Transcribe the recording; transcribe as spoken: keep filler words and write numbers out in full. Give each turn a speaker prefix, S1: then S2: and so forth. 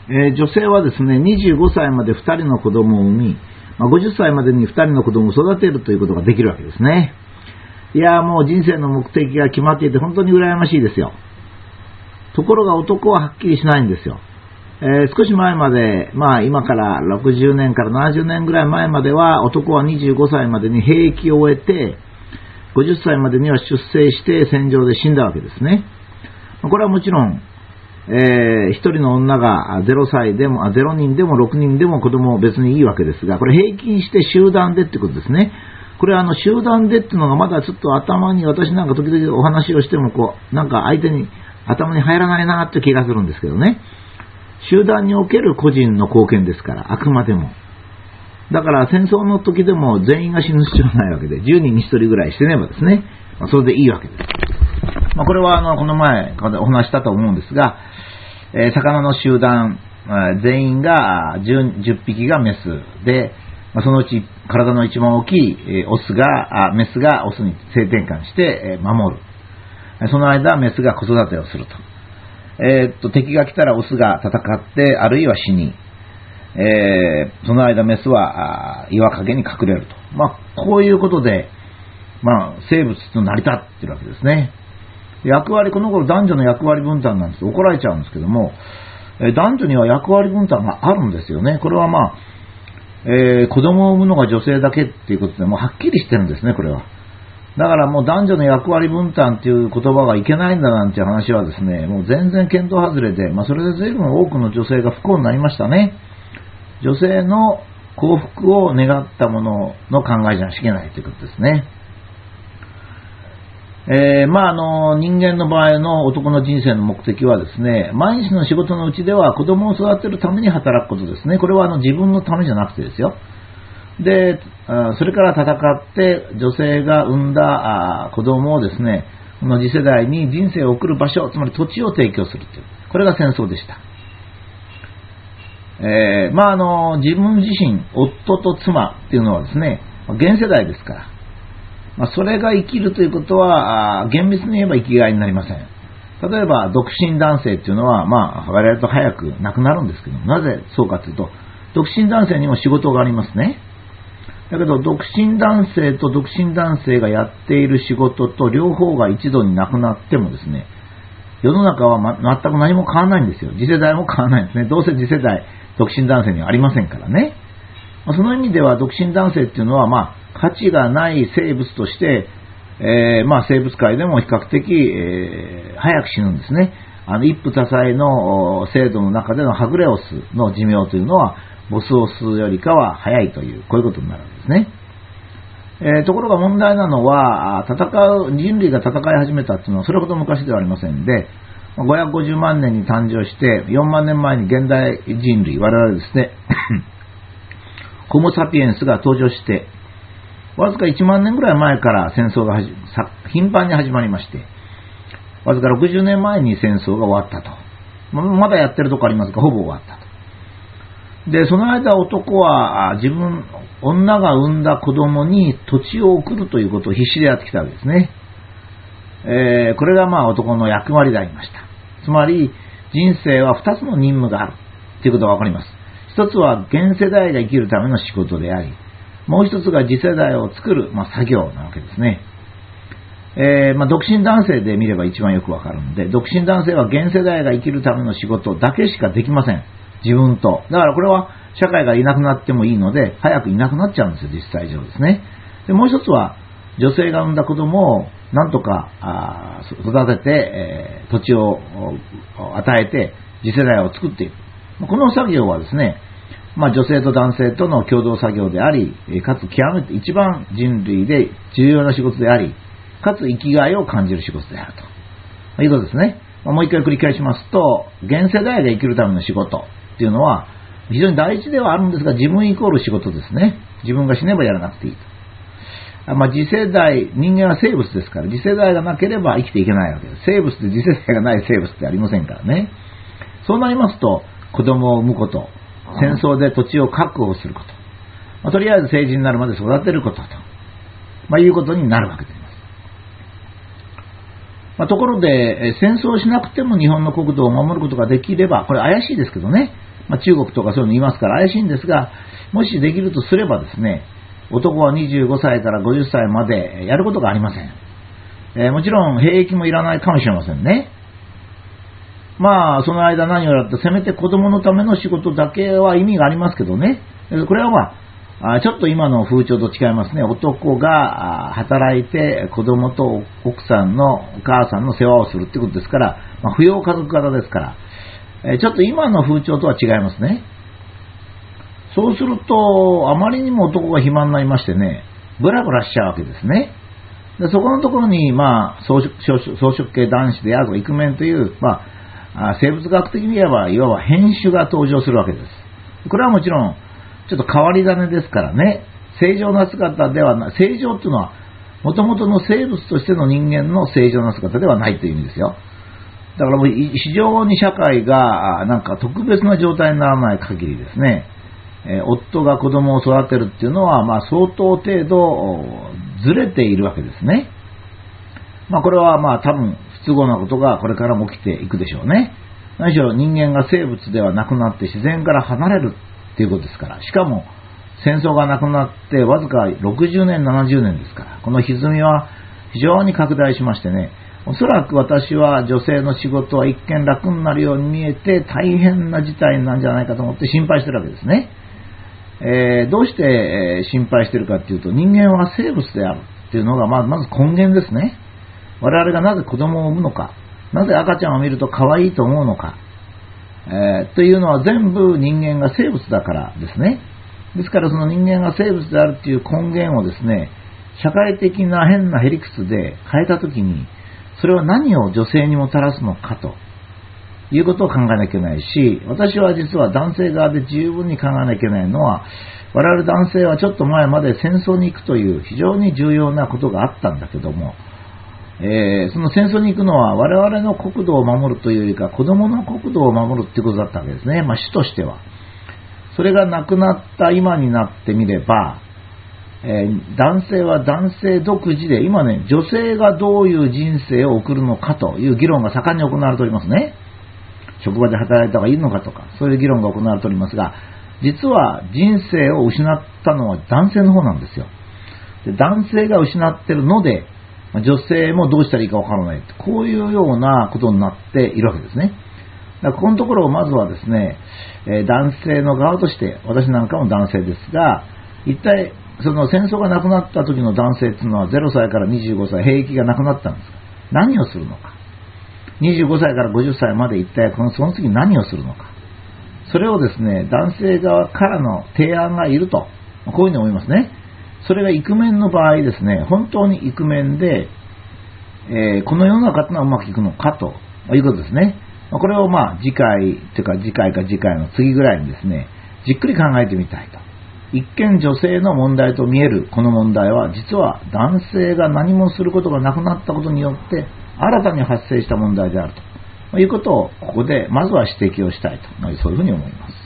S1: えー、女性はですね、にじゅうごさいまでふたりの子供を産み、まあ、ごじゅっさいまでにふたりの子供を育てるということができるわけですね。いやー、もう人生の目的が決まっていて本当に羨ましいですよ。ところが男ははっきりしないんですよ。えー、少し前まで、まあ今からろくじゅうねんからななじゅうねんぐらい前までは、男はにじゅうごさいまでに兵役を終えて、ごじゅっさいまでには出征して戦場で死んだわけですね。これはもちろん、えー、一人の女がゼロさいでも、ゼロにんでもろくにんでも子供を別にいいわけですが、これ平均して集団でってことですね。これはあの集団でっていうのがまだちょっと頭に、私なんか時々お話をしてもこう、なんか相手に頭に入らないなって気がするんですけどね。集団における個人の貢献ですから、あくまでも。だから戦争の時でも全員が死ぬ必要はないわけで、じゅうにんにひとりぐらい死ねばですね、まあ、それでいいわけです。まあ、これはあのこの前お話したと思うんですが、えー、魚の集団、全員が 10, じゅっぴきがメスで、まあ、そのうち体の一番大きい、えー、オスが、あメスがオスに性転換して、えー、守る。その間メスが子育てをすると。えー、っと敵が来たらオスが戦って、あるいは死に、えー、その間メスは岩陰に隠れると。まあ、こういうことで、まあ、生物と成り立っているわけですね。役割、この頃男女の役割分担なんです。怒られちゃうんですけども、えー、男女には役割分担があるんですよね。これはまあ、えー、子供を産むのが女性だけっていうことでもうはっきりしてるんですね、これは。だからもう男女の役割分担っていう言葉がいけないんだなんていう話はですね、もう全然見当外れで、まあそれで随分多くの女性が不幸になりましたね。女性の幸福を願ったものの考えじゃしけないということですね。えー、まああの人間の場合の男の人生の目的はですね、毎日の仕事のうちでは子供を育てるために働くことですね。これはあの自分のためじゃなくてですよ。で、それから戦って女性が産んだ子供をですね、この次世代に人生を送る場所、つまり土地を提供するという、これが戦争でした。えー、まああの自分自身、夫と妻っていうのはですね、現世代ですから、まあ、それが生きるということは厳密に言えば生きがいになりません。例えば独身男性っていうのは、まあ我々と早く亡くなるんですけども、なぜそうかというと、独身男性にも仕事がありますね。だけど独身男性と独身男性がやっている仕事と両方が一度になくなってもですね、世の中は、ま、全く何も変わらないんですよ。次世代も変わらないんですね。どうせ次世代独身男性にはありませんからね。まあ、その意味では独身男性っていうのは、まあ、価値がない生物として、えーまあ、生物界でも比較的、えー、早く死ぬんですね。あの一夫多妻の制度の中でのはぐれオスの寿命というのはボスオスよりかは早いという、こういうことになるんですね。えー、ところが問題なのは、戦う人類が戦い始めたというのはそれほど昔ではありませんで、ごひゃくごじゅうまんねんに誕生してよんまんねんまえに現代人類、我々ですねホモサピエンスが登場して、わずかいちまんねんぐらい前から戦争がはじ頻繁に始まりまして、わずかろくじゅうねんまえに戦争が終わったと。まだやってるとこありますが、ほぼ終わったと。で、その間男は自分、女が産んだ子供に土地を送るということを必死でやってきたわけですね。えー、これがまあ男の役割でありました。つまり人生はふたつの任務があるということがわかります。一つは現世代が生きるための仕事であり、もう一つが次世代を作る、まあ、作業なわけですね。えーまあ、独身男性で見れば一番よくわかるので、独身男性は現世代が生きるための仕事だけしかできません。自分と。だからこれは社会がいなくなってもいいので、早くいなくなっちゃうんですよ、実際上ですね。で、もう一つは、女性が産んだ子供をなんとかあ育てて、えー、土地を与えて次世代を作っていく。この作業はですね、まあ、女性と男性との共同作業であり、かつ極めて一番人類で重要な仕事であり、かつ生きがいを感じる仕事であるということですね。もう一回繰り返しますと、現世代が生きるための仕事っていうのは非常に大事ではあるんですが、自分イコール仕事ですね。自分が死ねばやらなくていいと。まあ、次世代、人間は生物ですから、次世代がなければ生きていけないわけです。生物で次世代がない生物ってありませんからね。そうなりますと、子供を産むこと、戦争で土地を確保すること、まあ、とりあえず成人になるまで育てることと、まあ、いうことになるわけです。まあ、ところで戦争をしなくても日本の国土を守ることができれば、これ怪しいですけどね、 まあ、中国とかそういうのいますから怪しいんですが、もしできるとすればですね、男はにじゅうごさいからごじゅっさいまでやることがありません。えー、もちろん兵役もいらないかもしれませんね。まあその間何をやってせめて子供のための仕事だけは意味がありますけどね。これはまああちょっと今の風潮と違いますね。男が働いて子供と奥さんのお母さんの世話をするってことですから、まあ、扶養家族型ですから、えー、ちょっと今の風潮とは違いますね。そうするとあまりにも男が暇になりましてね、ブラブラしちゃうわけですね。でそこのところに、まあ、草食、草食系男子であるとかイクメンという、まあ、生物学的に言えばいわば変種が登場するわけです。これはもちろんちょっと変わり種ですからね、正常な姿ではない。正常っていうのはもともとの生物としての人間の正常な姿ではないという意味ですよ。だからもう非常に社会がなんか特別な状態にならない限りですね、えー、夫が子供を育てるっていうのは、まあ、相当程度ずれているわけですね。まあ、これはまあ多分不都合なことがこれからも起きていくでしょうね。何しろ人間が生物ではなくなって自然から離れるっていうことですから、しかも戦争がなくなってわずかろくじゅうねんななじゅうねんですから、この歪みは非常に拡大しましてね、おそらく私は女性の仕事は一見楽になるように見えて大変な事態なんじゃないかと思って心配してるわけですね。えー、どうして、えー、心配しているかというと、人間は生物であるというのがまず、まず根源ですね。我々がなぜ子供を産むのか、なぜ赤ちゃんを見ると可愛いと思うのか、えー、というのは全部人間が生物だからですね。ですからその人間が生物であるという根源をですね、社会的な変なへりくつで変えたときに、それは何を女性にもたらすのかということを考えなきゃいけないし、私は実は男性側で十分に考えなきゃいけないのは、我々男性はちょっと前まで戦争に行くという非常に重要なことがあったんだけども、えー、その戦争に行くのは我々の国土を守るというよりか子供の国土を守るということだったわけですね。まあ主としては。それがなくなった今になってみれば、えー、男性は男性独自で、今ね、女性がどういう人生を送るのかという議論が盛んに行われておりますね。職場で働いた方がいいのかとか、そういう議論が行われておりますが、実は人生を失ったのは男性の方なんですよ。で、男性が失っているので、女性もどうしたらいいかわからない。こういうようなことになっているわけですね。だからここのところをまずはですね、えー、男性の側として、私なんかも男性ですが、一体その戦争がなくなった時の男性というのはゼロさいからにじゅうごさい、兵役がなくなったんですが、何をするのか。にじゅうごさいからごじゅっさいまで一体このその次何をするのか。それをですね、男性側からの提案がいると、こういうふうに思いますね。それがイクメンの場合ですね、本当にイクメンで、えー、この世の中というのはうまくいくのかということですね。これをまあ次回というか次回か次回の次ぐらいにですね、じっくり考えてみたいと。一見女性の問題と見えるこの問題は、実は男性が何もすることがなくなったことによって新たに発生した問題であるということをここでまずは指摘をしたいと、そういうふうに思います。